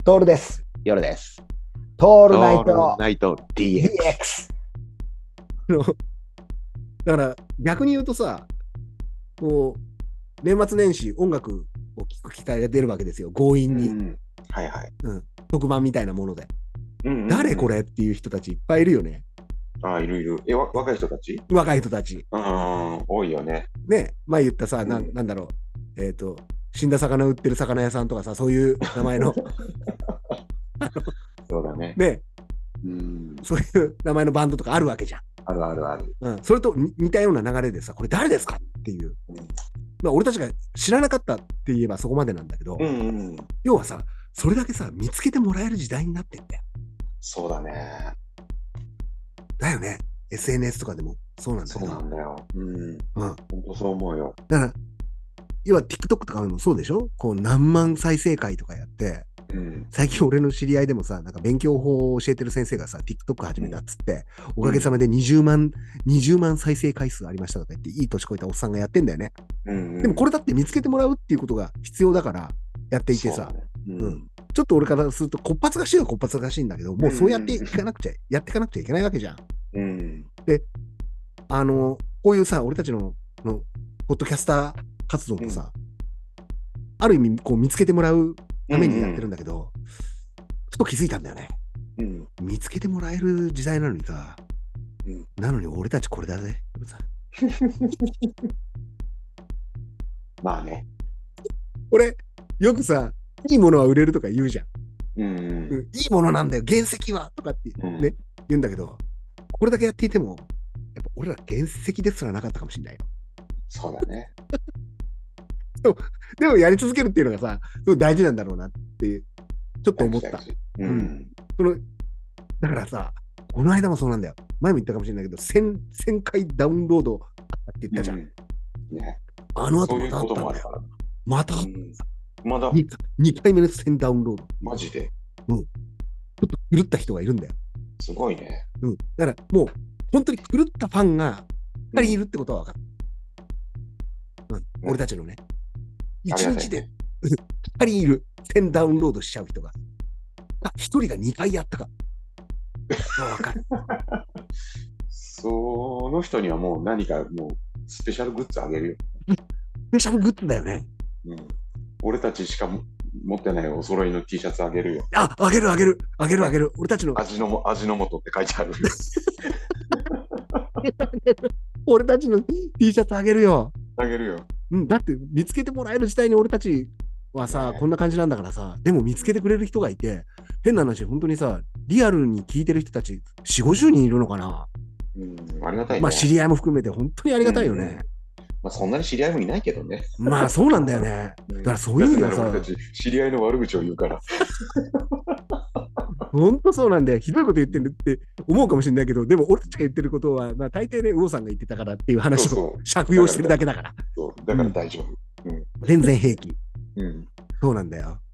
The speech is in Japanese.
トールです。 夜です。 トールナイオールトナイト DX。 DX。だから逆に言うとさ、こう年末年始音楽を聴く機会が出るわけですよ、強引に。 はいはい。 特番みたいなもので。 うんうんうん、 誰これっていう人たちいっぱいいるよね。 ああ、いるいる。若い人たち。 若い人たち。 多いよね。 ね、前言ったさ、なんだろう。死んだ魚売ってる魚屋さんとかさ、そういう名前の、 そうだね。 ね、そういう名前のバンドとかあるわけじゃん。 あるあるある。 それと似たような流れでさ、これ誰ですかっていう。まあ、俺たちが知らなかったって言えばそこまでなんだけど、要はさ、それだけさ、見つけてもらえる時代になってんだよ。 そうだね。 だよね。SNS とかでもそうなんだけど。 そうなんだよ。本当そう思うよ。 だから、要は TikTok とかもそうでしょ、こう何万再生回とかやって、最近俺の知り合いでもさ、なんか勉強法を教えてる先生がさ、TikTok 始めたっつって、おかげさまで20万再生回数ありましたとか言って、いい年こいたおっさんがやってんだよね。でもこれだって見つけてもらうっていうことが必要だからやっていてさ、ちょっと俺からすると、こっぱずかしいはこっぱずかしいんだけど、もうそうやっていかなくちゃ、やっていかなくちゃいけないわけじゃん。で、こういうさ、俺たちのポッドキャスター活動もさ、ある意味こう見つけてもらうためにやってるんだけど、ふと気づいたんだよね。見つけてもらえる時代なのにさ、なのに俺たちこれだぜ。 まあね。 俺、よくさ、いいものは売れるとか言うじゃん。いいものなんだよ、原石はとかってね、言うんだけど、これだけやっていても、やっぱ俺ら原石ですらなかったかもしれないよ。 そうだね。 でもやり続けるっていうのがさ、すごい大事なんだろうなってちょっと思った。だからさ、この間もそうなんだよ。前も言ったかもしれないけど、1000回ダウンロードって言ったじゃん。あの後またあったんだよ。またあった。まだ 2回目の1000ダウンロード。 マジで。 ちょっと狂った人がいるんだよ。 すごいね。 だからもう、本当に狂ったファンが2人いるってことは分かる。俺たちのね。1日で2人いる。1000ダウンロードしちゃう人が。1人が2回やったか。分かる。 その人にはもう何かもうスペシャルグッズあげるよ。 スペシャルグッズだよね。 俺たちしか持ってないお揃いの T シャツあげるよ。 あげる。俺たちの味の素って書いてあるよ。 俺たちの T シャツあげるよ。 あげるよ。 だって見つけてもらえる時代に俺たちはさ、こんな感じなんだからさ、でも見つけてくれる人がいて、変な話、本当にさ、リアルに聞いてる人たち4、50人いるのかな。 ありがたいね。 まあ知り合いも含めて本当にありがたいよね。 まあそんなに知り合いもいないけどね。 まあそうなんだよね。だからそういう意味ではさ、 俺たち知り合いの悪口を言うから。 本当そうなんだよ。ひどいこと言ってるって思うかもしれないけど、でも俺たちが言ってることは、まあ大抵ね、魚さんが言ってたからっていう話を借用してるだけだから。 だから大丈夫。 全然平気。そうなんだよ。